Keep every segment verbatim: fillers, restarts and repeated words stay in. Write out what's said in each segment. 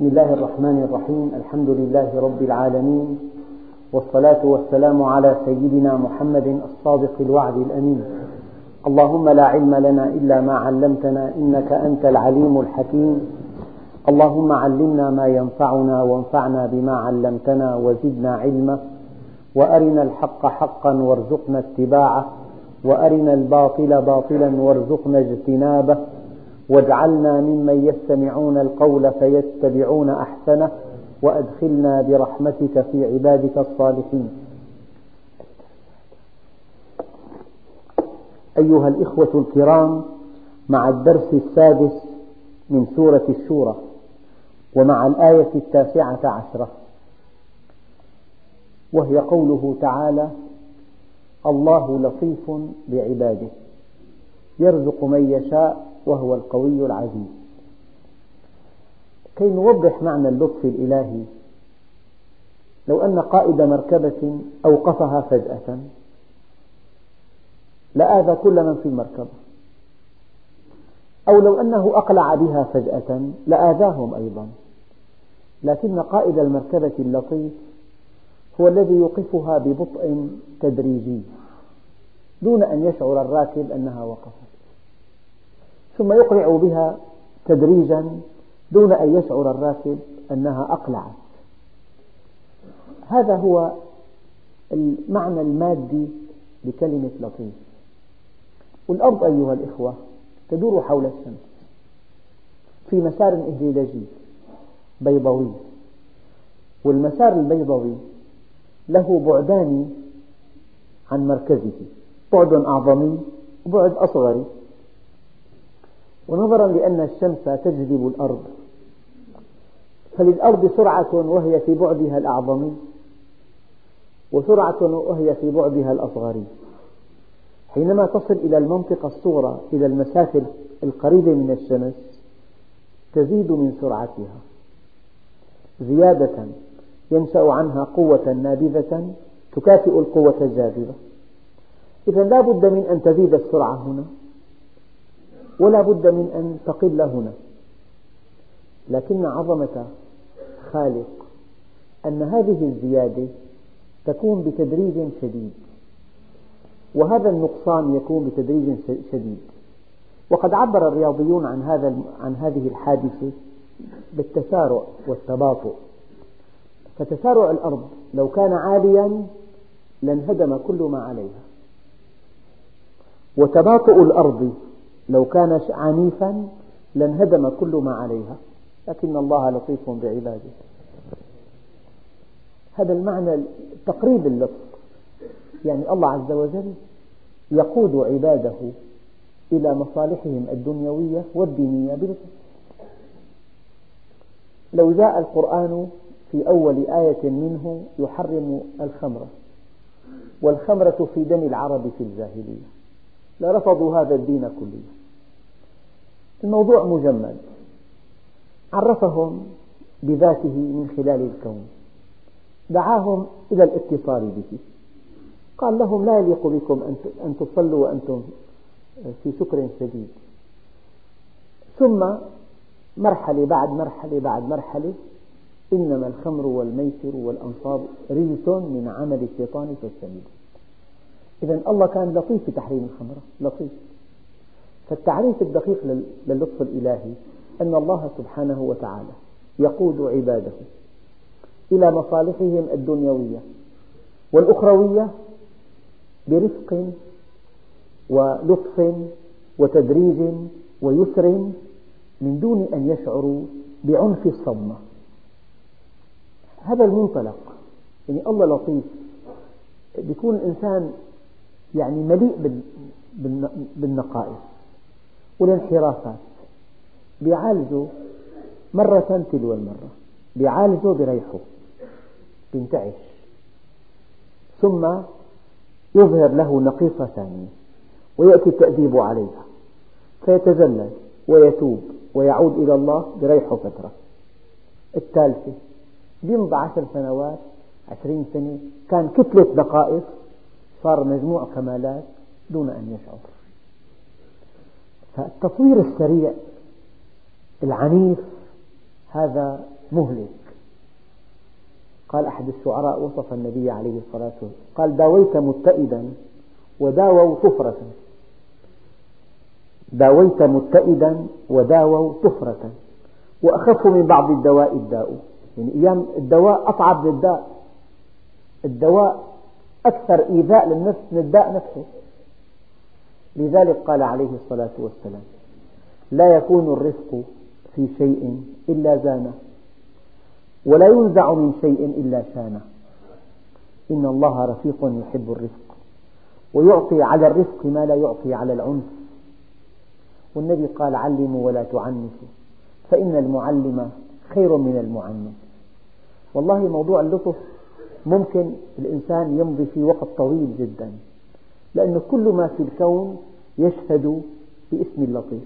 بسم الله الرحمن الرحيم. الحمد لله رب العالمين، والصلاة والسلام على سيدنا محمد الصادق الوعد الأمين. اللهم لا علم لنا إلا ما علمتنا إنك أنت العليم الحكيم. اللهم علمنا ما ينفعنا وانفعنا بما علمتنا وزدنا علما، وأرنا الحق حقا وارزقنا اتباعه، وأرنا الباطل باطلا وارزقنا اجتنابه، واجعلنا ممن يستمعون القول فيتبعون أحسنه، وأدخلنا برحمتك في عبادك الصالحين. أيها الإخوة الكرام، مع الدرس السادس من سورة الشورى، ومع الآية التاسعة عشرة، وهي قوله تعالى: الله لطيف بعباده يرزق من يشاء وهو القوي العزيز. كي نوضح معنى اللطف الإلهي، لو أن قائد مركبة أوقفها فجأة لآذى كل من في المركبة، أو لو أنه أقلع بها فجأة لآذاهم أيضا، لكن قائد المركبة اللطيف هو الذي يوقفها ببطء تدريجي دون أن يشعر الراكب أنها وقفت، ثم يقلع بها تدريجا دون أن يشعر الراكب أنها أقلعت. هذا هو المعنى المادي لكلمة لطيف. والأرض أيها الإخوة تدور حول الشمس في مسار إهليلجي بيضاوي، والمسار البيضاوي له بعدان عن مركزه، بعد أعظمي وبعد أصغري. ونظرا لأن الشمس تجذب الأرض، فللأرض سرعة وهي في بعدها الأعظمي، وسرعة وهي في بعدها الأصغري. حينما تصل إلى المنطقة الصغرى، إلى المسافة القريبة من الشمس، تزيد من سرعتها زيادة ينشأ عنها قوة نابذة تكافئ القوة الجاذبة. إذن لا بد من أن تزيد السرعة هنا، ولا بد من أن تقل هنا، لكن عظمة خالق أن هذه الزيادة تكون بتدريج شديد، وهذا النقصان يكون بتدريج شديد. وقد عبر الرياضيون عن هذا عن هذه الحادثة بالتسارع والتباطؤ. فتسارع الأرض لو كان عاليا لانهدم كل ما عليها، وتباطؤ الأرض لو كان عنيفا لانهدم كل ما عليها، لكن الله لطيف بعباده. هذا المعنى تقريب اللطف، يعني الله عز وجل يقود عباده إلى مصالحهم الدنيوية والدينية بلطف. لو جاء القرآن في أول آية منه يحرم الخمر، والخمرة في دم العرب في الجاهلية، لرفضوا هذا الدين كله. الموضوع مجمد، عرفهم بذاته من خلال الكون، دعاهم إلى الاتصال به، قال لهم: لا يليق بكم أن تصلوا وأنتم في سكر شديد. ثم مرحلة بعد مرحلة بعد مرحلة: إنما الخمر والميسر والأنصاب رجس من عمل الشيطان فاجتنبوه. إذن الله كان لطيف في تحريم الخمر، لطيف. فالتعريف الدقيق للطف الإلهي أن الله سبحانه وتعالى يقود عباده إلى مصالحهم الدنيوية والأخروية برفق ولطف وتدريج ويسر، من دون أن يشعروا بعنف الصدمة. هذا المنطلق، يعني الله لطيف. بيكون الإنسان يعني مليء بالنقائص والانحرافات، بيعالجه مرة تلو المرة، بيعالجه بريحه، بينتعش، ثم يظهر له نقيصة ثانية ويأتي التأديب عليها، فيتذلل ويتوب ويعود إلى الله بريحه فترة. الثالثة بيمضي عشر سنوات، عشرين سنة، كان كتلة نقائص، صار مجموع كمالات دون أن يشعر. فالتطوير السريع العنيف هذا مهلك. قال أحد الشعراء وصف النبي عليه الصلاة والسلام قال: داويت متئدا وداووا طفرة. داويت متئدا وداووا طفرة، وأخف من بعض الدواء الداء. يعني أيام الدواء أصعب من الداء، الدواء أكثر إيذاء للنفس من الداء نفسه. لذلك قال عليه الصلاة والسلام: لا يكون الرفق في شيء إلا زانه، ولا ينزع من شيء إلا شانه. إن الله رفيق يحب الرفق، ويعطي على الرفق ما لا يعطي على العنف. والنبي قال: علموا ولا تعنفوا، فإن المعلم خير من المعنف. والله موضوع اللطف ممكن الإنسان يمضي فيه وقت طويل جدا، لأن كل ما في الكون يشهد باسم اللطيف.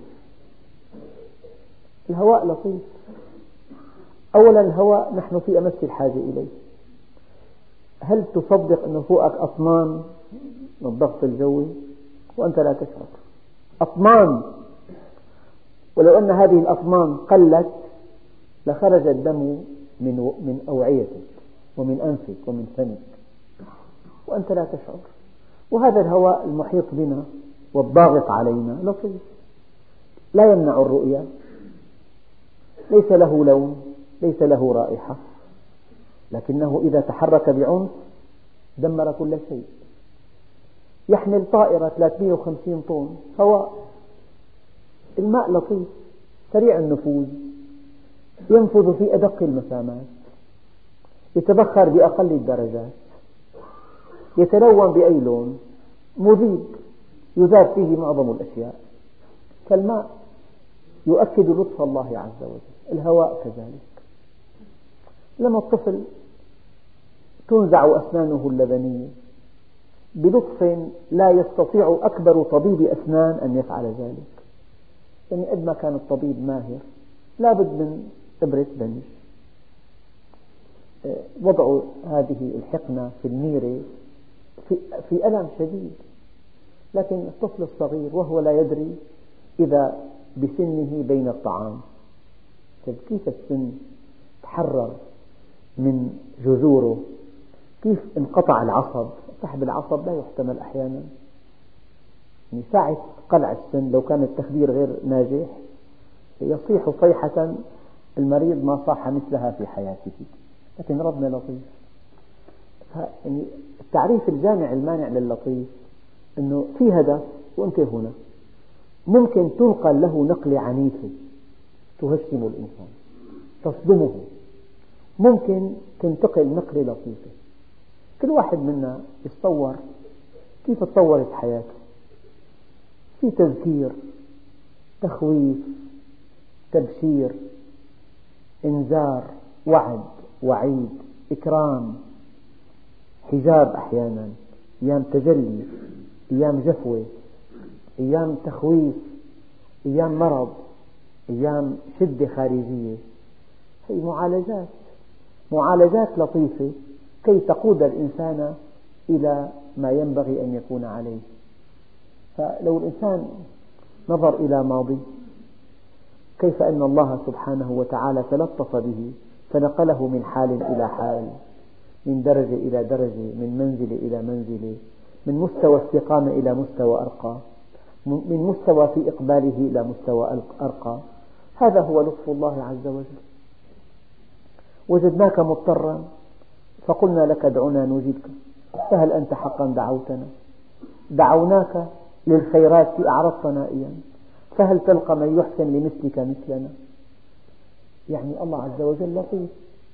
الهواء لطيف. أولا الهواء نحن في أمس الحاجة إليه. هل تصدق أنه فوقك أطنان من الضغط الجوي وأنت لا تشعر؟ أطنان، ولو أن هذه الأطنان قلت لخرج الدم من من أوعيتك ومن أنفك ومن فمك وأنت لا تشعر. وهذا الهواء المحيط بنا والضاغط علينا لطيف، لا يمنع الرؤية، ليس له لون، ليس له رائحة، لكنه إذا تحرك بعنف دمر كل شيء. يحمل طائرة ثلاثمئة وخمسين طن هواء. الماء لطيف سريع النفوذ، ينفذ في أدق المسامات، يتبخر بأقل الدرجات، يتلون بأي لون، مذيب، يذاب فيه معظم الأشياء. فالماء يؤكد لطف الله عز وجل. الهواء كذلك. لما الطفل تنزع أسنانه اللبنية بلطف لا يستطيع أكبر طبيب أسنان أن يفعل ذلك. يعني قد ما كان الطبيب ماهر لابد من إبرة بنج، وضع هذه الحقنة في الميرة في, في ألم شديد، لكن الطفل الصغير وهو لا يدري إذا بسنه بين الطعام. كيف السن تحرر من جذوره، كيف انقطع العصب. سحب العصب لا يحتمل أحيانا. يعني ساعة قلع السن لو كان التخدير غير ناجح يصيح صيحة المريض ما صاح مثلها في حياته، لكن ربنا لطيف. يعني التعريف الجامع المانع للطيف أنه في هدف وأنت هنا. ممكن تنقل له نقلة عنيفة تهشم الإنسان تصدمه، ممكن تنتقل نقلة لطيفة. كل واحد منا يتصور كيف تطورت حياته، في تذكير، تخويف، تبشير، إنذار، وعد، وعيد، إكرام، حجاب أحيانا، أيام تجلي، أيام جفوة، أيام تخويف، أيام مرض، أيام شدة خارجية. هي معالجات معالجات لطيفة كي تقود الإنسان إلى ما ينبغي أن يكون عليه. فلو الإنسان نظر إلى ماضي كيف أن الله سبحانه وتعالى تلطف به فنقله من حال إلى حال، من درجة إلى درجة، من منزلة إلى منزلة، من مستوى استقامة إلى مستوى أرقى، من مستوى في إقباله إلى مستوى أرقى. هذا هو لطف الله عز وجل. وجدناك مضطرا فقلنا لك ادعنا نجيبك، فهل أنت حقا دعوتنا؟ دعوناك للخيرات أعرضت نائيا، فهل تلقى من يحسن لمثلك مثلنا؟ يعني الله عز وجل لطيف.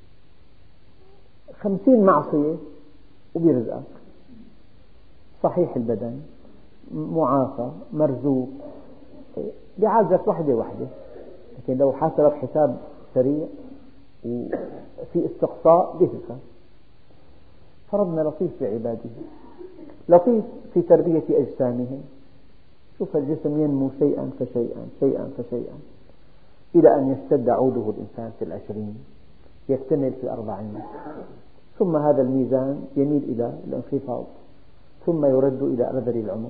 خمسين معصية وبيرزقك، صحيح البدن، معافى، مرزوق، بيعالجك وحدة وحدة. لكن لو حاسبك حساب سريع وفي استقصاء بيهلكك. فربنا لطيف بعباده، لطيف في تربية أجسامهم. شوف الجسم ينمو شيئا فشيئا شيئا فشيئا إلى أن يشتد عوده الإنسان في العشرين، يكتمل في الأربعين، ثم هذا الميزان يميل إلى الانخفاض، ثم يرد إلى أرذل العمر.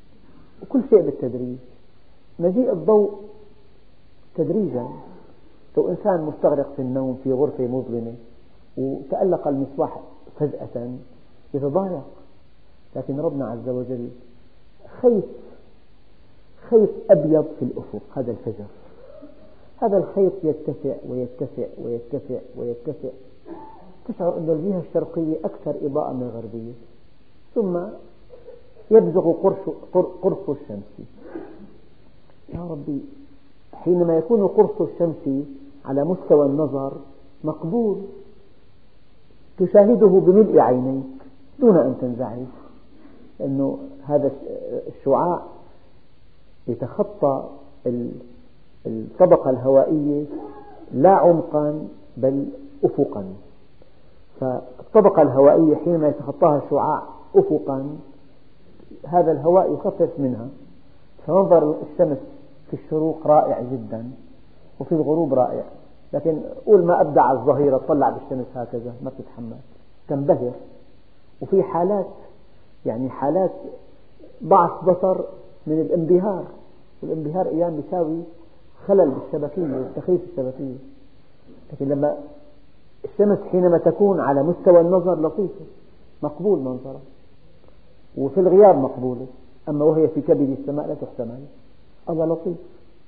وكل شيء بالتدريج. مجيء الضوء تدريجا، لو إنسان مستغرق في النوم في غرفة مظلمة وتألق المصباح فجأة يتضايق، لكن ربنا عز وجل خيط خيط أبيض في الأفق، هذا الفجر، هذا الخيط يتسع ويتسع ويتسع ويتسع، تشعر أن الجهة الشرقية أكثر إضاءة من الغربية، ثم يبزغ قرص الشمس. يا ربي، حينما يكون قرص الشمس على مستوى النظر مقبول، تشاهده بملء عينيك دون أن تنزعج، لأنه هذا الشعاع يتخطى الطبقة الهوائية لا عمقا بل أفقا، فالطبقة الهوائية حينما يتخطاها الشعاع أفقا هذا الهواء يخفف منها، فمنظر الشمس في الشروق رائع جدا وفي الغروب رائع، لكن قول ما أبدع الظهيرة تطلع بالشمس هكذا ما بتتحمل، تنبهر. وفي حالات يعني حالات ضعف بصر من الانبهار، والانبهار أيام يساوي خلل بالشبكية، تخريف الشبكية، لكن لما الشمس حينما تكون على مستوى النظر لطيفة مقبول منظرها، وفي الغياب مقبولة، أما وهي في كبد السماء لا تحتمل. الله لطيف.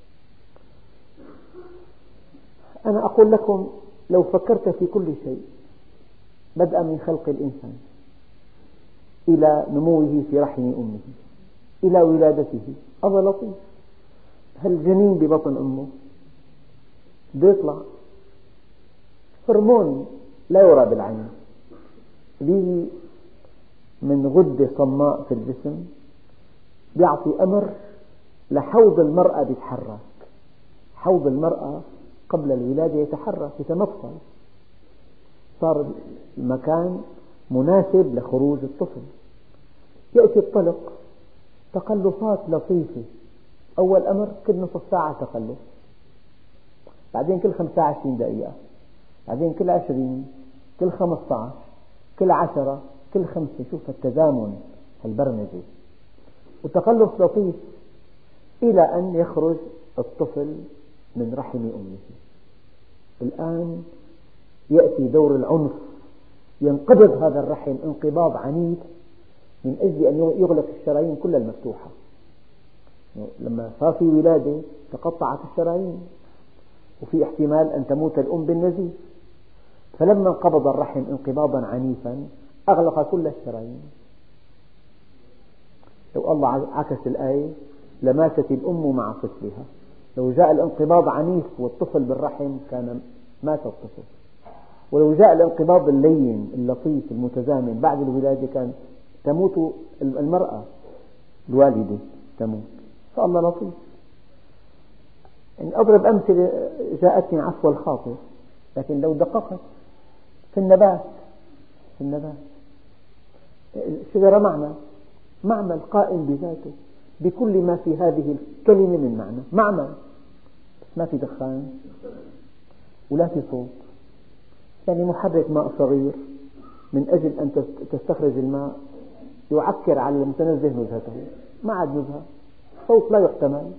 أنا أقول لكم لو فكرت في كل شيء بدءا من خلق الإنسان إلى نموه في رحم أمه إلى ولادته، الله لطيف. هالجنين ببطن أمه بيطلع هرمون لا يرى بالعين، به من غدة صماء في الجسم يعطي أمر لحوض المرأة يتحرك، حوض المرأة قبل الولادة يتحرك يتمفصل، صار المكان مناسب لخروج الطفل. يأتي الطلق، تقلصات لطيفة، أول أمر كل نصف ساعة تقلص، بعدين كل خمسة وعشرين دقيقة، بعدين كل عشرين، كل خمسة عشر، كل عشرة، كل خمسة. شوف التزامن، البرمجة، وتقلص لطيف إلى أن يخرج الطفل من رحم أمه. الآن يأتي دور العنف، ينقبض هذا الرحم انقباض عنيف من أجل أن يغلق الشرايين كلها المفتوحة. لما صار في ولادة تقطعت الشرايين وفي احتمال أن تموت الأم بالنزيف، فلما انقبض الرحم انقباضا عنيفا أغلق كل الشرايين. لو الله عكس الآية لماتت الأم مع طفلها، لو جاء الانقباض عنيف والطفل بالرحم كان مات الطفل، ولو جاء الانقباض اللين اللطيف المتزامن بعد الولادة كان تموت المرأة الوالدة تموت. فالله لطيف. يعني أضرب أمثلة جاءتني عفو الخاطر، لكن لو دققت في النبات في النبات الشجرة معمل معمل قائم بذاته بكل ما في هذه الكلمة من معنى، معمل، بس ما في دخان ولا في صوت، يعني محرك ماء صغير من أجل أن تستخرج الماء يعكر على المتنزه نزهته، ما عاد نزهة، صوت لا يحتمل.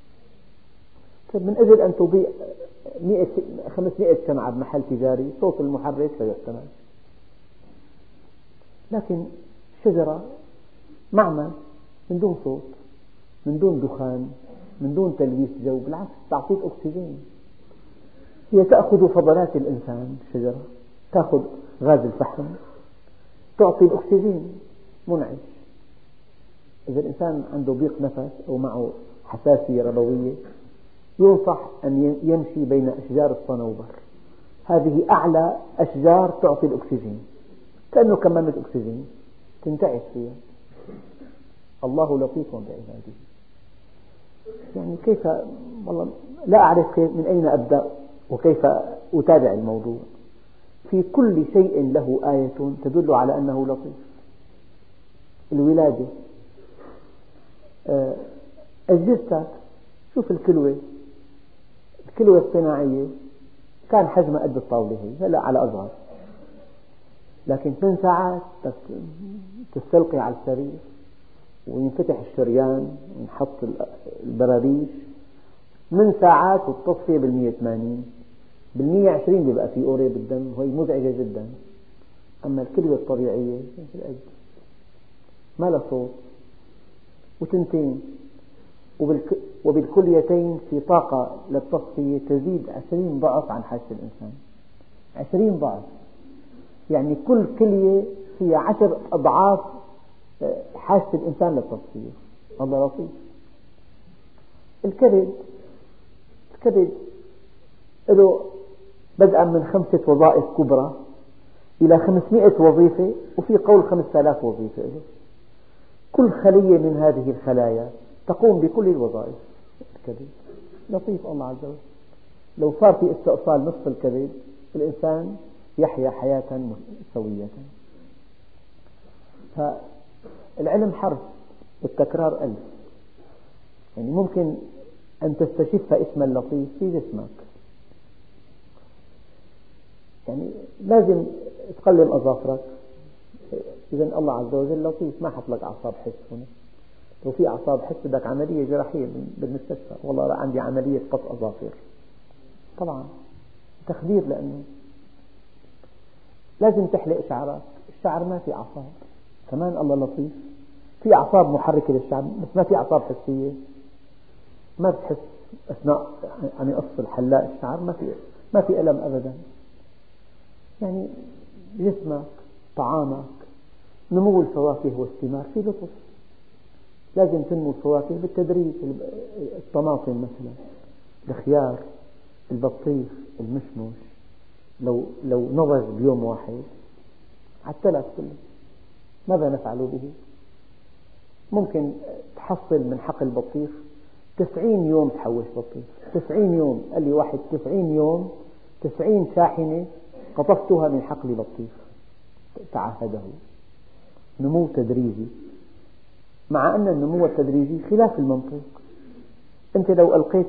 من أجل أن تضيء خمسمائة شمعة بمحل تجاري، صوت المحرك لا يحتمل. لكن الشجرة معمل من دون صوت، من دون دخان، من دون تلويث جو، بالعكس تعطيك أكسجين. هي تأخذ فضلات الإنسان، الشجرة تأخذ غاز الفحم تعطي الأكسجين منعش. إذا الإنسان عنده ضيق نفس أو معه حساسية ربوية ينصح أن يمشي بين أشجار الصنوبر، هذه أعلى أشجار تعطي الأكسجين، كأنه كمامة أكسجين تنتعش فيها. الله لطيف بعباده. يعني كيف، والله لا أعرف من أين أبدأ وكيف أتابع الموضوع. في كل شيء له آية تدل على أنه لطيف. الولادة، الجثة، شوف الكلوة الكلوة الصناعية كان حجمها قد الطاولة هي، هلا على أصغر، لكن ثمان ساعات تستلقي على السرير وينفتح الشريان وينحط البراريش، من ساعات وتصفي بالمية وثمانين بالمية عشرين بيبقى في أوري بالدم وهي مزعجة جدا. أما الكلية الطبيعية ما لها صوت، وتنتين، وبالكليتين في طاقة للتصفية تزيد عشرين ضعف عن حاجة الإنسان، عشرين ضعف، يعني كل كلية فيها عشر أضعاف حاجة الإنسان للتصفية. الله لطيف. الكبد الكبد له بدءا من خمسة وظائف كبرى إلى خمسمائة وظيفة، وفي قول خمسة آلاف وظيفة له. كل خلية من هذه الخلايا تقوم بكل الوظائف. الكبد لطيف الله عز وجل. لو صار في استئصال نصف الكبد الإنسان يحيا حياة سوية. فالعلم حرف والتكرار ألف. يعني ممكن أن تستشف اسم اللطيف في جسمك، يعني لازم تقلم أظافرك. إذن الله عز وجل لطيف، ما حط لك أعصاب حس هنا. لو في أعصاب حس بدك عملية جراحية بالمستشفى، والله عندي عملية قص أظافر، طبعا تخدير، لأنه لازم تحلق شعرك. الشعر ما في أعصاب، كمان الله لطيف. في أعصاب محركة للشعر بس ما في أعصاب حسية. ما بتحس أثناء أن يقص الحلاق الشعر، ما في ما في ألم أبدا. يعني جسمك، طعامك، نمو الفواكه والثمار في لطف. لازم تنمو الفواكه بالتدريج. الطماطم مثلا، الخيار، البطيخ، المشمش، لو لو نضج بيوم واحد على التلف كله، ماذا نفعل به؟ ممكن تحصل من حقل البطيخ تسعين يوم تحوش بطيخ. تسعين يوم، قال لي واحد تسعين يوم، تسعين شاحنة قطفتها من حقل بطيخ. تعهده. نمو تدريجي، مع أن النمو التدريجي خلاف المنطق. أنت لو ألقيت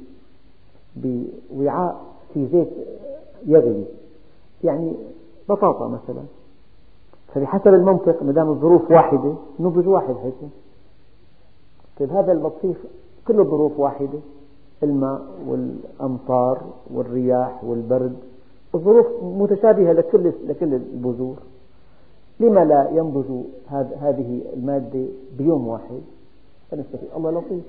بوعاء في زيت يغلي، يعني بطاطا مثلا، فبحسب المنطق مدام الظروف واحدة نضج واحد حيكون. طيب هذا البطيخ كل الظروف واحدة، الماء والأمطار والرياح والبرد، الظروف متشابهة لكل لكل البذور. لما لا ينضج هذه المادة بيوم واحد فنستفيد؟ الله لطيف.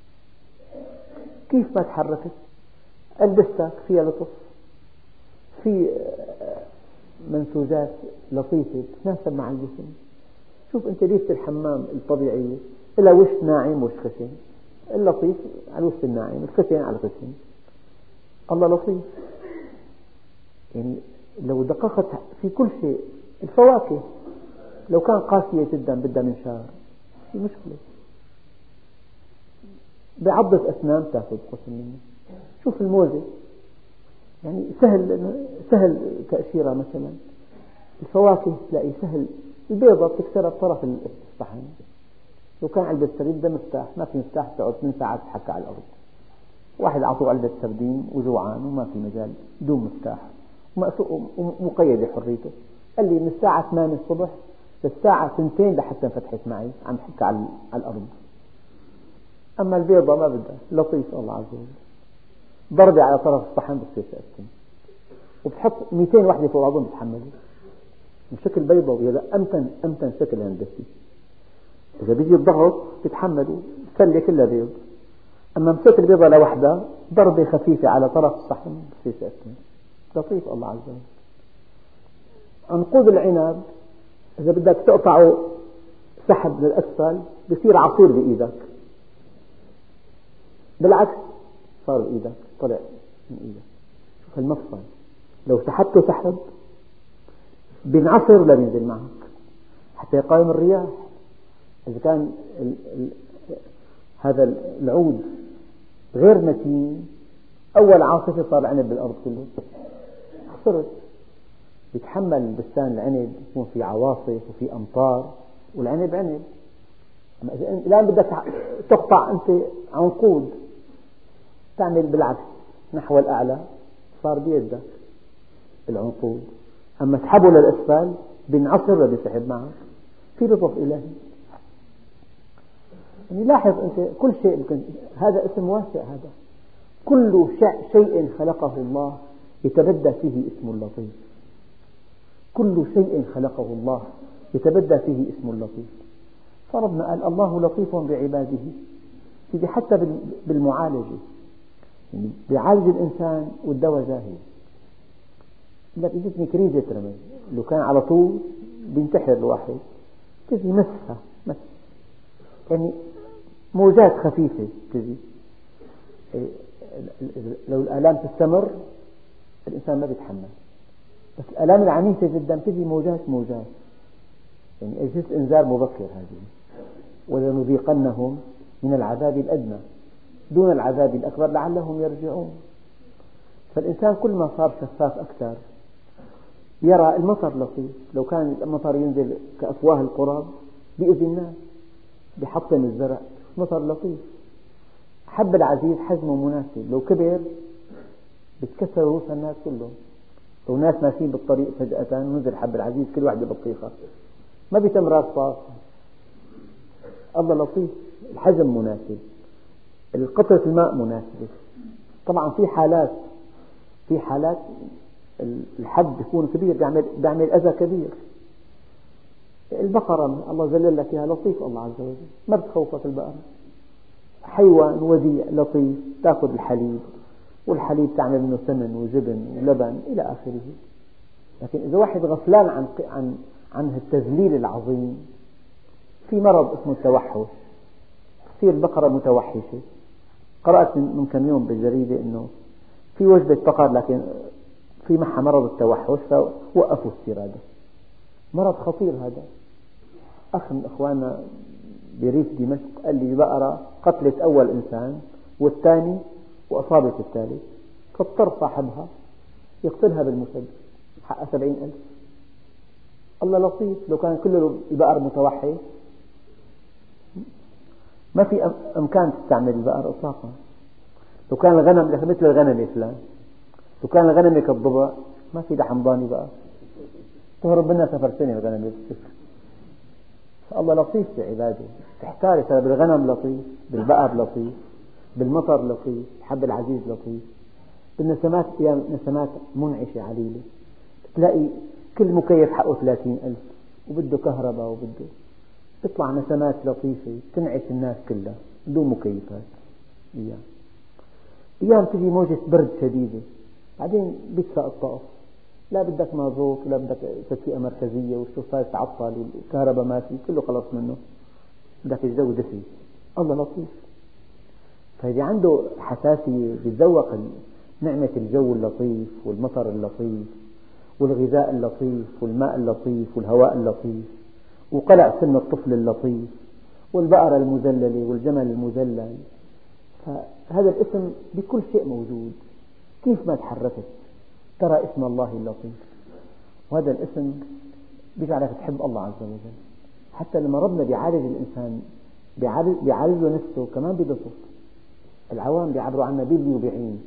كيف ما تحركت ألبستك فيها لطف، في منسوجات لطيفة تتناسب مع الجسم. شوف أنت لبس الحمام الطبيعية إلا وش ناعم وش خشن، اللطيف على الوش الناعم، الخشن على الخشن. الله لطيف. يعني لو دققت في كل شيء، الفواكه لو كان قاسية جدا بدها منشار في مشكلة، بعضة أسنان تأخذ قسم منه. شوف الموزة، يعني سهل سهل تأشيرها مثلا. الفواكه تلاقي سهل، البيضة بتكسرها بطرف الصحن. لو كان علبة سردين بدها مفتاح، ما في مفتاح، تقعد ثمان ساعات تحكى على الأرض. واحد أعطوه علبة سردين وجوعان وما في مجال بدون مفتاح ومقيدة حريته، قال لي من الساعة ثمانية الصبح للساعة اثنتين لحتى انفتحت معي عم حكى على الأرض. أما البيضة ما بدها، لطيف الله عز وجل. ضربة على طرف الصحن بتصير تأكل، وبتحط مئتين وحدة فوق بعضهم بتحملوا من شكل بيضة، وهذا أمتن أمتن شكل هندسي. إذا بيجي الضغط بتحملوا السلة كلها بيض. أما مسك البيضة لوحدها ضربة خفيفة على طرف الصحن بتصير تأكل. لطيف الله عز وجل. عنقود العنب إذا بدك تقطعه سحب للأسفل بصير عصير بإيدك، بالعكس صار بإيدك، طلع من إيدك. شوف المفصل، لو سحبته سحب بينعصر ولا بينزل معك حتى يقاوم الرياح. إذا كان ال ال هذا العود غير متين، أول عاصفة صار العنب بالأرض كله خسرت. يتحمل بستان العنب، يكون في عواصف وفي أمطار والعنب عنب. الآن بدك تقطع أنت عنقود، تعمل بالعكس نحو الأعلى، صار بيدك العنقود. أما تسحبه للأسفل بينعصر ولا بيسحب معك. في لطف إلهي. يعني لاحظ أنت كل شيء، هذا اسم واسع. هذا كل شيء خلقه الله يتبدى فيه اسم اللطيف. كل شيء خلقه الله يتبدى فيه اسم اللطيف. فربنا قال الله لطيف بعباده. سيدي حتى بالمعالجة، يعني بيعالج الإنسان والدواء جاهز. لك إجتني كريزة رمل، لو كان على طول بينتحر الواحد، تجي مسها مس، يعني موجات خفيفة تجي. لو الآلام تستمر الإنسان ما بيتحمل، بس الآلام العنيفة جدا تجي موجات موجات، يعني أجهزة إنذار مبكر هذه. ولنذيقنهم من العذاب الأدنى دون العذاب الأكبر لعلهم يرجعون. فالإنسان كل ما صار شفاف أكثر يرى المطر لطيف. لو كان المطر ينزل كأفواه القراب بيؤذي الناس، بيحطم الزرع، مطر لطيف. حب العزيز حجمه مناسب، لو كبر بتكسر رؤوس الناس كلهم. لو ناس ماشيين بالطريق فجأة نزل حب العزيز كل واحد ببطيخة ما بيتم راس باص. الله لطيف، الحجم مناسب، قطرة الماء مناسبة. طبعا في حالات في حالات الحب يكون كبير بيعمل بيعمل أذى كبير. البقرة الله جلل لك إياها لطيف، الله عز وجل ما بتخوفك البقرة، حيوان وديع لطيف، تأخذ الحليب والحليب تعمل منه سمن وجبن ولبن إلى آخره. لكن إذا واحد غفلان عن عن عن التذليل العظيم، في مرض اسمه التوحش، تصير البقرة متوحشة. قرأت من كم يوم بالجريدة إنه في وجبة بقر لكن في معها مرض التوحش فوقفوا استيراده. مرض خطير هذا. أخ من إخواننا بريف دمشق قال لي بقرة قتلت أول إنسان والثاني وأصابت الثالث، فاضطر صاحبها يقتلها بالمسدس، حقها سبعين ألف. الله لطيف، لو كان كل البقر متوحش ما في أمكان تستعمل البقر إطلاقا. لو كان الغنم مثل الغنم فلان، لو كان الغنم كالضبع ما في لحم ضاني بقى، تهرب منها سفر سنة الغنم. الله لطيف بعباده. تحتار ترى بالغنم لطيف، بالبقر لطيف، بالمطر لطيف، حب العزيز لطيف، بالنسمات أيام نسمات منعشة عليلة، تلاقي كل مكيف حقه ثلاثين ألف وبده كهرباء وبده، تطلع نسمات لطيفة تنعش الناس كلها بدون مكيفات. أيام أيام تجي موجة برد شديدة بعدين بيدفأ الطقس، لا بدك مازوت ولا بدك تدفئة مركزية والشوفات تعطل والكهرباء ما في، كله خلص منه، بدك الجو دفي. الله لطيف. فإذا عنده حساسية بيتذوق نعمة الجو اللطيف والمطر اللطيف والغذاء اللطيف والماء اللطيف والهواء اللطيف وقلع سن الطفل اللطيف والبقرة المذللة والجمل المذلل. فهذا الاسم بكل شيء موجود. كيف ما تحركت ترى اسم الله اللطيف، وهذا الاسم بيجعلك تحب الله عز وجل. حتى لما ربنا بيعالج الإنسان بيعالج له نفسه كمان بلطف. العوام بيعبروا عنا بيبني وبيعين،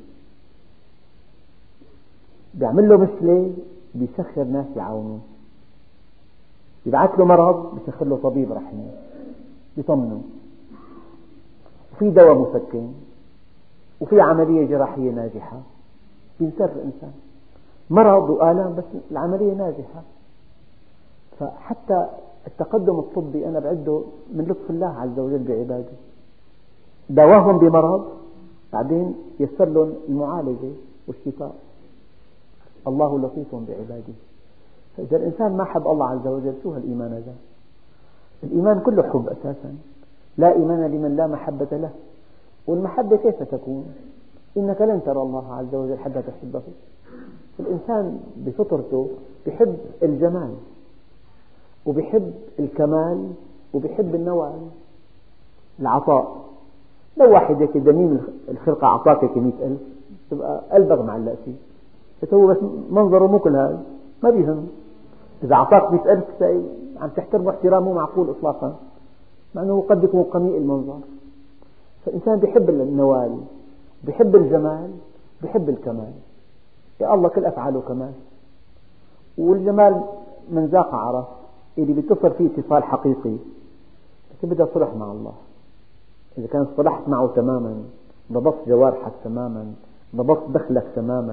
بيعمل له مثله بيسخر ناس يعاونوه، يبعث له مرض بيسخر له طبيب رحيم يطمنه، وفي دواء مسكن وفي عملية جراحية ناجحة، بينسر الإنسان مرض وآلام بس العملية ناجحة. فحتى التقدم الطبي أنا بعده من لطف الله عز وجل بعباده. دواهم بمرض بعدين يسر لهم المعالجة والشفاء. الله لطيف بعباده. فإذا الإنسان ما حب الله عز وجل شو هالإيمان هذا؟ الإيمان كله حب أساسا. لا إيمان لمن لا محبة له. والمحبة كيف تكون؟ إنك لن ترى الله عز وجل حتى تحبه. الإنسان بفطرته بيحب الجمال وبيحب الكمال وبيحب النوال، العطاء. لو واحد هيك دميم الخلقة أعطاك هيك مئة ألف تبقى قلبك معلق فيه، بس هو بس منظره مو كل هذا ما بيهم. إذا أعطاك مئة ألف تلاقي عم تحترمه احترام مو معقول إطلاقا، مع أنه قد يكون قميء المنظر. فالإنسان بيحب النوال، بيحب الجمال، بيحب الكمال. يا الله كل أفعاله كمال. والجمال من ذاق عرف، اللي بيتصل فيه اتصال حقيقي. لكن بدها صلح مع الله. إذا كان صلحت معه تماما، ضبطت جوارحك تماما، ضبطت دخلك تماما،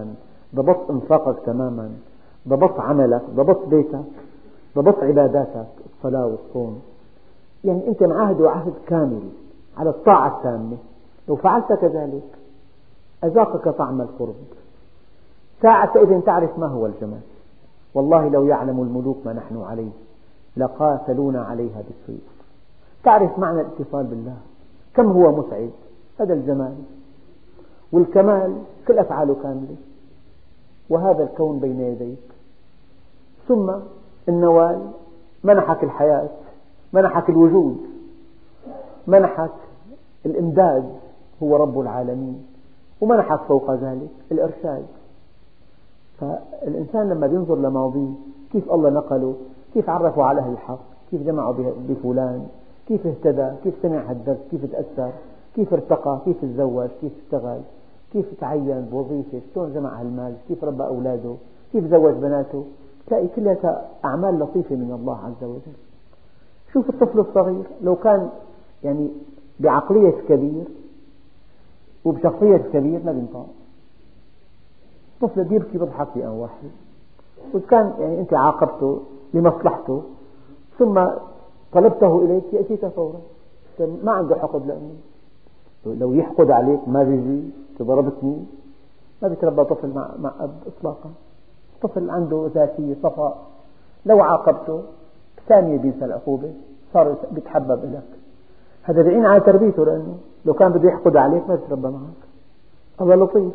ضبطت إنفاقك تماما، ضبطت عملك، ضبطت بيتك، ضبطت عباداتك، الصلاة والصوم، يعني أنت معاهد وعهد كامل على الطاعة التامة. لو فعلت كذلك أذاقك طعم القرب. ساعتئذ تعرف ما هو الجمال. والله لو يعلم الملوك ما نحن عليه لقاتلونا عليها بالسيوف. تعرف معنى الاتصال بالله، كم هو مسعد. هذا الجمال والكمال، كل أفعاله كاملة، وهذا الكون بين يديك. ثم النوال، منحك الحياة، منحك الوجود، منحك الإمداد، هو رب العالمين، ومنحك فوق ذلك الإرشاد. فالإنسان لما ينظر لماضيه، كيف الله نقله، كيف عرفوا على أهل الحق، كيف جمعوا بفلان، كيف اهتدى، كيف سمع الدرس، كيف تأثر، كيف ارتقى، كيف تزوج، كيف اشتغل، كيف تعين بوظيفة، شلون جمع المال، كيف ربى أولاده، كيف زوج بناته، تلاقي كلها أعمال لطيفة من الله عز وجل. شوف الطفل الصغير لو كان يعني بعقلية كبير وبشخصية كبير ما بينطق. طفل بيبكي بيضحك في آن واحد، وكان يعني أنت عاقبته لمصلحته ثم طلبته إليك يأتيك فورا، ما عنده حقد. لأنه لو يحقد عليك ما بيجي، ضربتني، ما بيتربى طفل مع, مع أب إطلاقا. طفل عنده ذاتية صفاء، لو عاقبته ثانية بينسى العقوبة، صار بيتحبب إليك. هذا بعين على تربيته، لأنه لو كان بده يحقد عليك ما بيتربى معك. الله لطيف.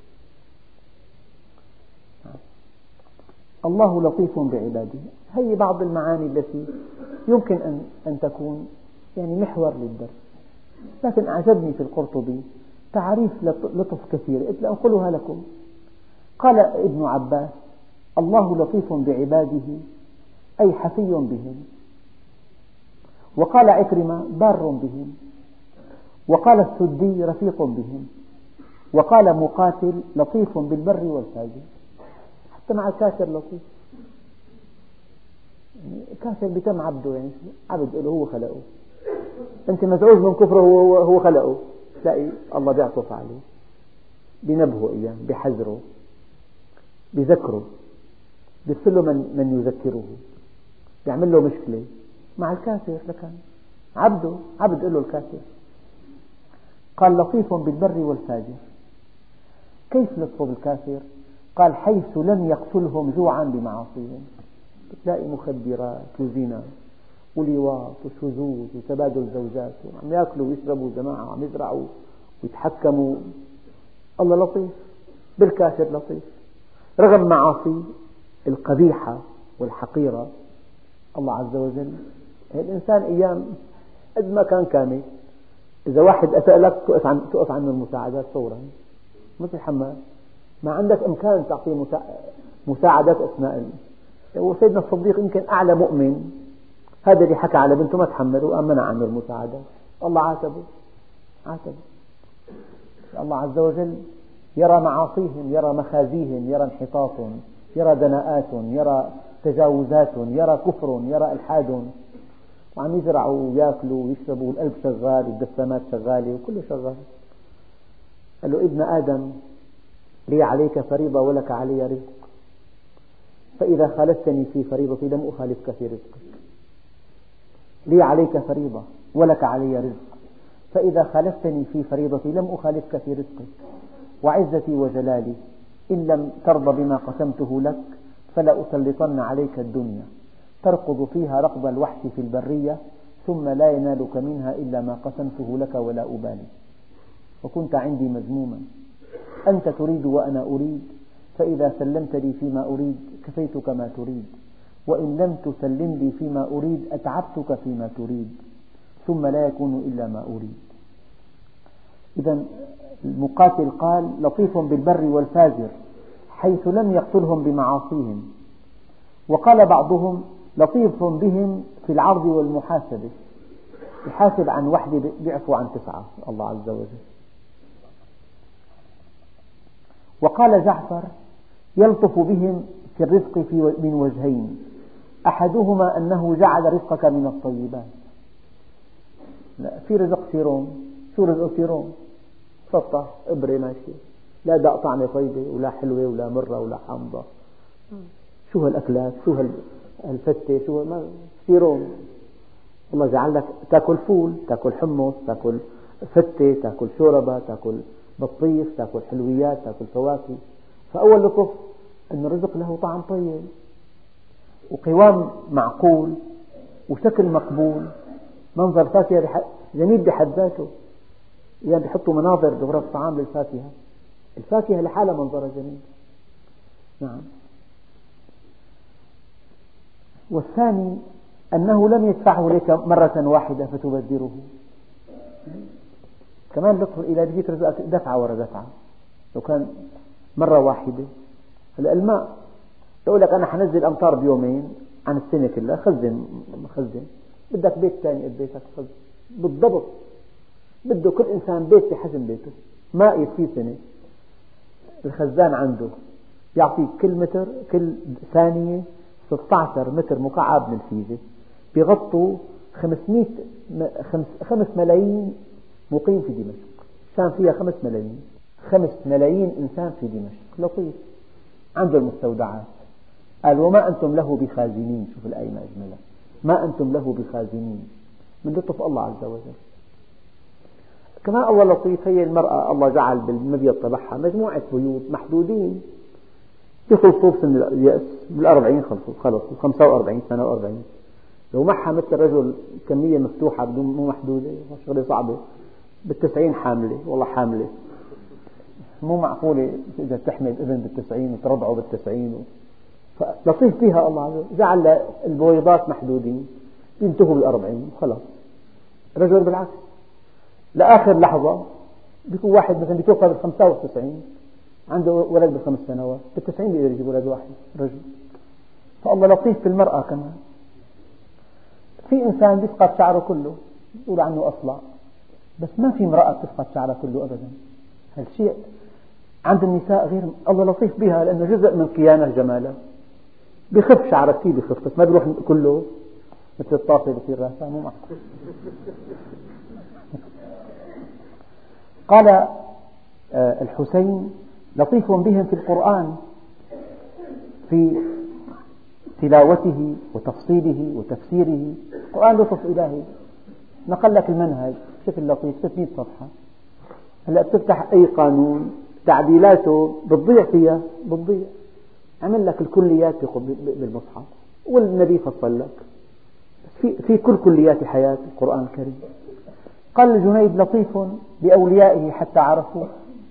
الله لطيف بعباده. هي بعض المعاني التي يمكن أن أن تكون يعني محور للدرس، لكن أعجبني في القرطبي تعريف لطف كثير أنقلها لكم. قال ابن عباس: الله لطيف بعباده أي حفي بهم. وقال عكرمة: بار بهم. وقال السدي: رفيق بهم. وقال مقاتل: لطيف بالبر والفاجر. حتى مع الكافر لطيف. يعني الكافر بكم عبده، يعني عبد له، هو خلقه. أنت مزعوج من كفره، هو هو خلقه. تلاقي الله بيعطف عليه، بينبهه إياه، بيحذره، بيذكره، بيرسل له من, من يذكره، بيعمل له مشكلة. مع الكافر لكن عبده، عبد له الكافر. قال: لطيف بالبر والفاجر. كيف لطفه بالكافر؟ قال: حيث لم يقتلهم جوعا بمعاصيهم. بتلاقي مخدرات وزنا ولواط وشذوذ وتبادل زوجات، وعم يأكلوا ويشربوا جماعة، وعم يزرعوا ويتحكموا. الله لطيف بالكافر، لطيف رغم معاصي القبيحة والحقيرة. الله عز وجل الإنسان أيام قد ما كان كامل، إذا واحد أساء لك تقف عن تقف عنه المساعدات فورا، مثل حماد، ما عندك إمكان تعطيه مساعدات أثناء. وسيدنا الصديق يمكن أعلى مؤمن، هذا اللي حكى على بنته ما تحمل وقام منع عنه المساعدات. الله عاتبه عاتبه. الله عز وجل يرى معاصيهم، يرى مخازيهم، يرى انحطاطهم، يرى دناءات، يرى تجاوزات، يرى كفر، يرى إلحاد، وعم يزرعوا ويأكلوا ويشربوا، والقلب شغال والدسامات شغالة وكله شغال. قال له: ابن آدم، لي عليك فريضة ولك علي رزق، فإذا خالفتني في فريضتي لم أخالفك في رزقك. لي عليك فريضة ولك علي رزق، فإذا خالفتني في فريضتي لم أخالفك في رزقك. وعزتي وجلالي إن لم ترضى بما قسمته لك فلأسلطن عليك الدنيا تركض فيها ركض الوحش في البرية ثم لا ينالك منها إلا ما قسمته لك ولا أبالي. وكنت عندي مذموما، أنت تريد وأنا أريد، فإذا سلمت لي فيما أريد كفيتك ما تريد، وإن لم تسلم لي فيما أريد أتعبتك فيما تريد، ثم لا يكون إلا ما أريد. إذن المقاتل قال: لطيف بالبر والفاجر حيث لم يقتلهم بمعاصيهم. وقال بعضهم: لطيف بهم في العرض والمحاسبة، يحاسب عن وحدة بيعفو عن تسعة، الله عز وجل. وقال جعفر: يلطف بهم في الرزق من وجهين، أحدهما أنه جعل رزقك من الطيبات. لا، في رزق سيروم، شو رزق سيروم؟ سطح إبرة ماشي، لا داء طعمة طيبة ولا حلوة ولا مرة ولا حامضة. شو هالأكلات، شو هالفتة، شو ما كثيرون. الله جعل لك تأكل فول، تأكل حمص، تأكل فتة، تأكل شوربة، تأكل بطيخ، تأكل حلويات، تأكل فواكه. فأول لطف أن الرزق له طعم طيب وقوام معقول وشكل مقبول. منظر فاكهة جميل بحد ذاته، يعني بيحطوا مناظر بغرف طعام للفاكهة، الفاكهة لحالها منظرها جميل. نعم. والثاني أنه لم يدفعه لك مرة واحدة فتبذره. كمان لطف الإله بيجيك رزقك دفعة ورا دفعة. لو كان مرة واحدة، هلا الماء يقول لك أنا حنزل أمطار بيومين عن السنة كلها، خزن خزن، بدك بيت ثاني قد بيتك خزن بالضبط. بده كل إنسان بيت بحجم بيته، ماء يكفيه سنة. الخزان عنده يعطيك كل متر كل ثانية ستة عشر متر مكعب من الفيزة، بيغطوا خمسمئة خمس ملايين مقيم في دمشق. كان فيها خمس ملايين خمس ملايين إنسان في دمشق. لطيف. عنده المستودعات. قال وما أنتم له بخازنين. شوف الآية ما أجملها، ما أنتم له بخازنين، من لطف الله عز وجل. كمان الله لطيف. هي المرأة الله جعل بالمبيض تبعها مجموعة بيوت محدودين، يخلصوا بسن اليأس بالأربعين، خلصوا خلصوا خمسة وأربعين سنة وأربعين. لو معها مثل الرجل كمية مفتوحة بدون مو محدودة شغلة صعبة. بالتسعين حاملة، والله حاملة، مو معقولة إذا تحمل ابن بالتسعين وترضعه بالتسعين. فلطيف فيها الله عز وجل، جعل البويضات محدودين ينتهوا بالأربعين وخلاص. رجل بالعكس لآخر لحظة بيكون واحد مثلا بيتوفى بالخمسة والتسعين، عنده ولد بخمس سنوات، بالتسعين بيقدر يجيب ولد واحد رجل. فالله لطيف في المرأة كمان. في إنسان بيسقط شعره كله يقول عنه أصلع، بس ما في امرأة بتسقط شعرها كله أبدا. هالشيء عند النساء غير، الله لطيف بها لأنه جزء من كيانها جمالها. بخف شعرها كثير بخف، بس ما بيروح كله مثل الطاسة بصير راسها، مو معقول. قال الحسين لطيف بهم في القرآن في تلاوته وتفصيله وتفسيره. القرآن لطف إلهي، نقل لك المنهج بشكل لطيف ستمئة صفحة. هلأ بتفتح أي قانون تعديلاته بتضيع فيها بتضيع، عمل لك الكليات بالمصحف والنبي فصل لك في, في كل كليات حياة القرآن الكريم. قال الجنيد لطيف بأوليائه حتى عرفوه.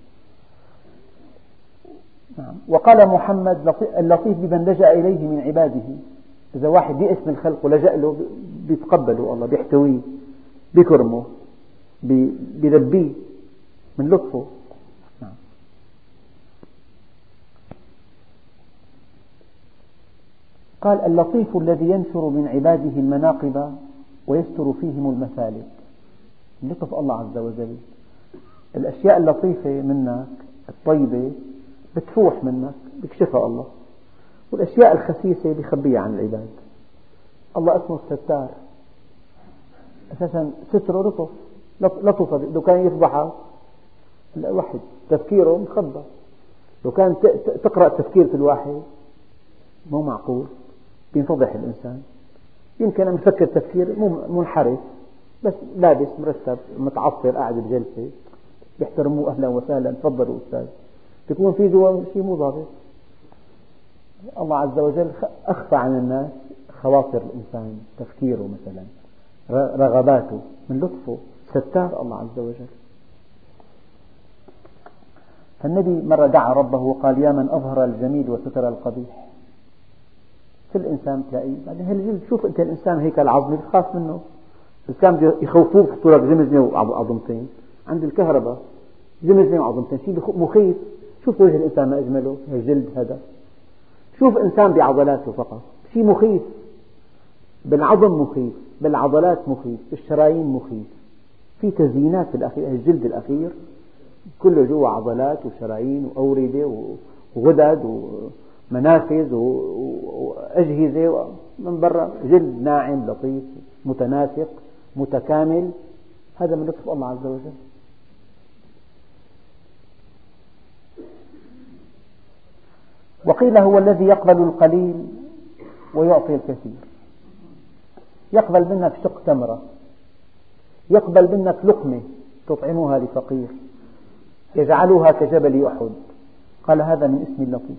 نعم. وقال محمد اللطيف بمن لجأ إليه من عباده. إذا واحد يئس من الخلق ولجأ له بيتقبله الله، بيحتويه، بيكرمه، بيربيه من لطفه. نعم. قال اللطيف الذي ينشر من عباده المناقب ويستر فيهم المثالب. من لطف الله عز وجل الأشياء اللطيفة منك الطيبة بتفوح منك بيكشفها الله، والأشياء الخسيسة بيخبيها عن العباد. الله اسمه الستار، أساسا ستره لطف لطف. لو كان يفضحك الواحد تفكيره مخبى، لو كان تقرأ تفكير في الواحد مو معقول بينفضح الإنسان. يمكن أن يفكر تفكير منحرف بس لابس مرتب متعصر قاعد بجلسة بيحترموه أهلا وسهلا تفضلوا أستاذ، تكون في جوا شيء مو ضابط. الله عز وجل أخفى عن الناس خواطر الإنسان، تفكيره مثلا، رغباته، من لطفه ستار الله عز وجل. فالنبي مرة دعا ربه وقال يا من أظهر الجميل وستر القبيح. كل إنسان تلاقيه بعدين هالجلد، شوف أنت الإنسان هيك العظمي بتخاف منه. الإنسان يخوفوه بحطوا لك زمزمة وعظمتين، عند الكهرباء زمزمة وعظمتين شيء مخيف. شوف وجه الإنسان ما أجمله، الجلد هذا. شوف إنسان بعضلاته فقط شيء مخيف، بالعظم مخيف، بالعضلات مخيف، بالشرايين مخيف. في تزيينات في الأخير، الجلد الأخير كله جوا عضلات وشرايين وأوردة وغدد ومنافذ وأجهزة، من برا جلد ناعم لطيف متناسق متكامل. هذا من لطف الله عز وجل. وقيل هو الذي يقبل القليل ويعطي الكثير، يقبل منك شق تمرة، يقبل منك لقمة تطعمها لفقير، يجعلها كجبل أحد. قال هذا من اسم اللطيف.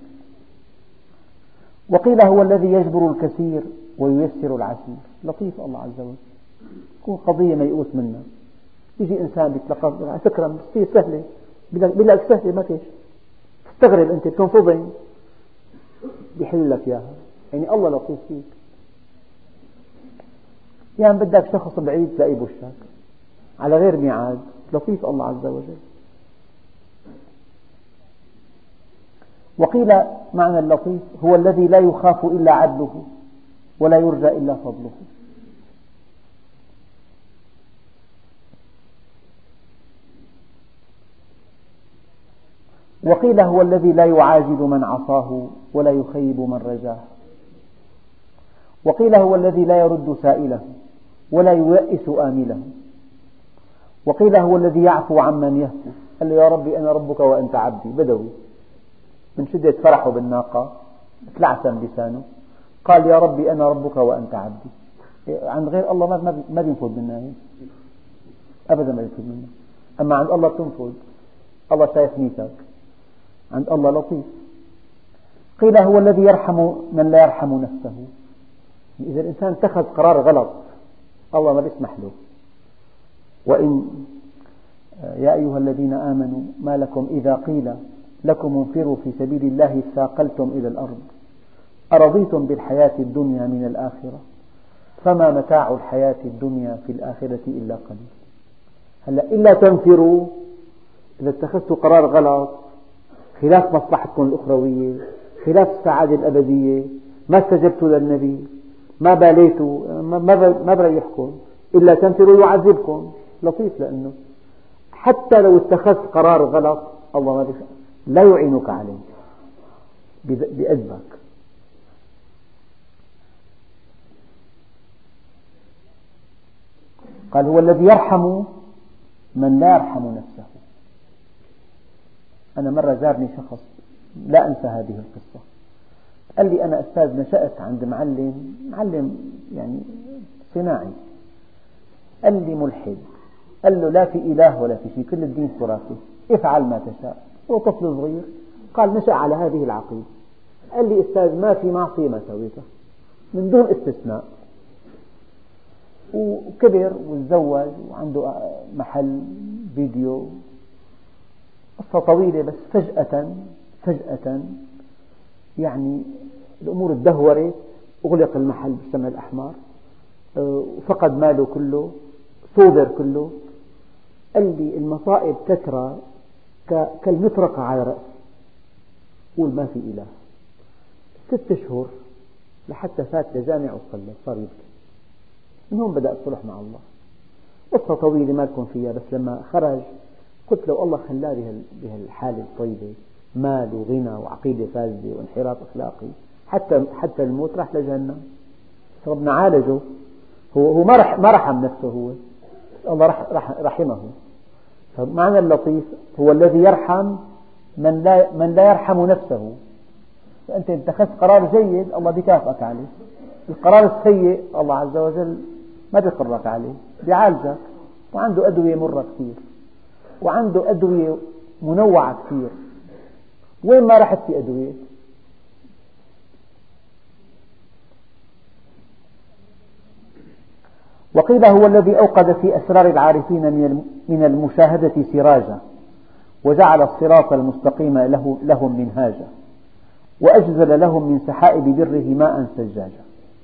وقيل هو الذي يجبر الكثير وييسر العسير. لطيف الله عز وجل. تكون قضية ميؤوس منها، يجي إنسان بيتلقى على فكرة بتصير سهلة، بيقول لك سهلة ما فيش، تستغرب أنت بتنفضين بيحل لك إياها. يعني الله لطيف فيك. يعني بدك شخص بعيد تلاقيه بوشك على غير ميعاد. لطيف الله عز وجل. وقيل معنى اللطيف هو الذي لا يخاف إلا عدله ولا يرجى إلا فضله. وقيل هو الذي لا يعاجل من عصاه ولا يخيب من رجاه. وقيل هو الذي لا يرد سائله ولا ييأس آمله. وقيل هو الذي يعفو عمن يهفو. قال له يا ربي أنا ربك وأنت عبدي. بدوي من شدة فرحه بالناقة تلعثم لسانه، قال يا ربي أنا ربك وأنت عبدي. عند غير الله ما بينفذ منها أبدا، ما بينفذ منها. أما عند الله تنفذ، الله شايف نيتك. عند الله لطيف. قيل هو الذي يرحم من لا يرحم نفسه. إذا الإنسان اتخذ قرار غلط الله ما بيسمح له. وإن يا أيها الذين آمنوا ما لكم إذا قيل لكم انفروا في سبيل الله اثاقلتم إلى الأرض أرضيتم بالحياة الدنيا من الآخرة فما متاع الحياة الدنيا في الآخرة إلا قليل. هلا إلا تنفروا إذا اتخذتوا قرار غلط خلاف مصلحتكم الأخروية، خلاف السعادة الأبدية، ما استجبتوا للنبي، ما باليتوا، ما بريحكم. إلا تنفروا يعذبكم. لطيف لأنه حتى لو اتخذت قرار غلط الله لا يعينك عليه، بأدبك. قال هو الذي يرحم من لا يرحم نفسه. أنا مرة زارني شخص لا أنسى هذه القصة. قال لي أنا أستاذ نشأت عند معلم معلم يعني صناعي. قال لي ملحد. قال له لا في إله ولا في شيء، كل الدين خرافي، افعل ما تشاء. هو طفل صغير قال نشأ على هذه العقيدة. قال لي أستاذ ما في معصية ما سويتها من دون استثناء. وكبر وتزوج وعنده محل فيديو. قصة طويلة بس فجأة فجأة يعني الأمور تدهورت، أغلق المحل بالشمع الأحمر، وفقد ماله كله، صودر كله. قال لي المصائب تترى كالمطرقة على رأسي. قول ما في إله. ست أشهر لحتى فات لجامع وصلى صار يبكي. من هون بدأ الصلح مع الله. قصة طويلة ما لكم فيها، بس لما خرج قلت لو الله خلاه بهالحالة الطيبة، مال وغنى وعقيدة فاسدة وانحراف أخلاقي، حتى حتى الموت راح لجهنم. ربنا عالجه. هو هو ما رح ما رحم نفسه، هو الله رح رحمه. فمعنى اللطيف هو الذي يرحم من لا من لا يرحم نفسه. فأنت اتخذت قرار جيد الله بيكافئك عليه. القرار السيء الله عز وجل ما بيقرك عليه، بيعالجك. وعنده أدوية مرة كثير، وعنده أدوية منوعة كثير. وين ما رحت في أدوية. وقيل هو الذي أوقد في أسرار العارفين من المشاهدة سراجا وجعل الصراط المستقيم له لهم منهاجا وأجزل لهم من سحائب بره ماء ثجاجا.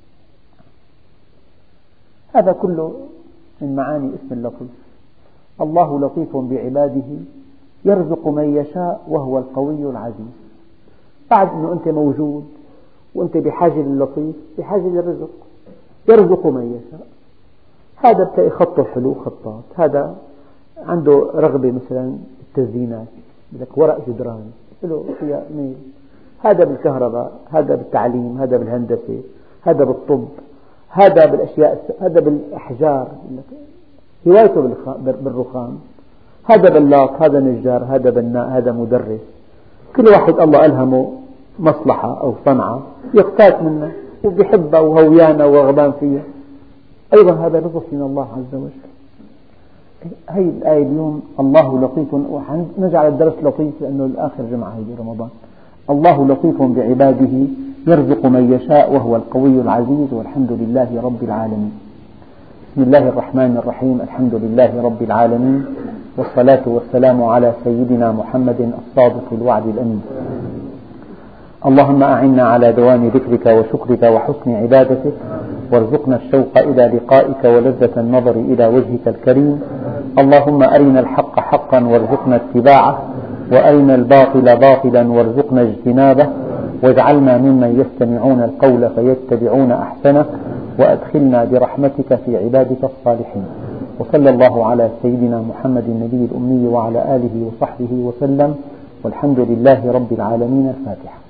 هذا كله من معاني اسم اللطيف. الله لطيف بعباده يرزق من يشاء وهو القوي العزيز. بعد أنه أنت موجود وأنت بحاجة للطيف، بحاجة للرزق. يرزق من يشاء. هذا بتلاقي خطه حلو خطاط، هذا عنده رغبة مثلا بالتزيينات، بدك ورق جدران له فيها ميل. هذا بالكهرباء، هذا بالتعليم، هذا بالهندسة، هذا بالطب، هذا بالأشياء، هذا بالأحجار، هوايته بالرخام، هذا بلاط، هذا نجار، هذا بناء، هذا مدرس. كل واحد الله ألهمه مصلحة أو صنعة يقتات منها وبيحبها وهويانا وغضبان فيها، أيضا هذا لطف من الله عز وجل. هذه الآية اليوم الله لطيف، ونجعل الدرس لطيف لأنه آخر جمعة هي رمضان. الله لطيف بعباده يرزق من يشاء وهو القوي العزيز، والحمد لله رب العالمين. بسم الله الرحمن الرحيم، الحمد لله رب العالمين، والصلاة والسلام على سيدنا محمد الصادق الوعد الأمين. اللهم أعنا على دوام ذكرك وشكرك وحسن عبادتك، وارزقنا الشوق إلى لقائك ولذة النظر إلى وجهك الكريم. اللهم أرنا الحق حقا وارزقنا اتباعه، وأرنا الباطل باطلا وارزقنا اجتنابه، واجعلنا ممن يستمعون القول فيتبعون أحسنه، وأدخلنا برحمتك في عبادك الصالحين. وصلى الله على سيدنا محمد النبي الأمي وعلى آله وصحبه وسلم، والحمد لله رب العالمين. الفاتحة.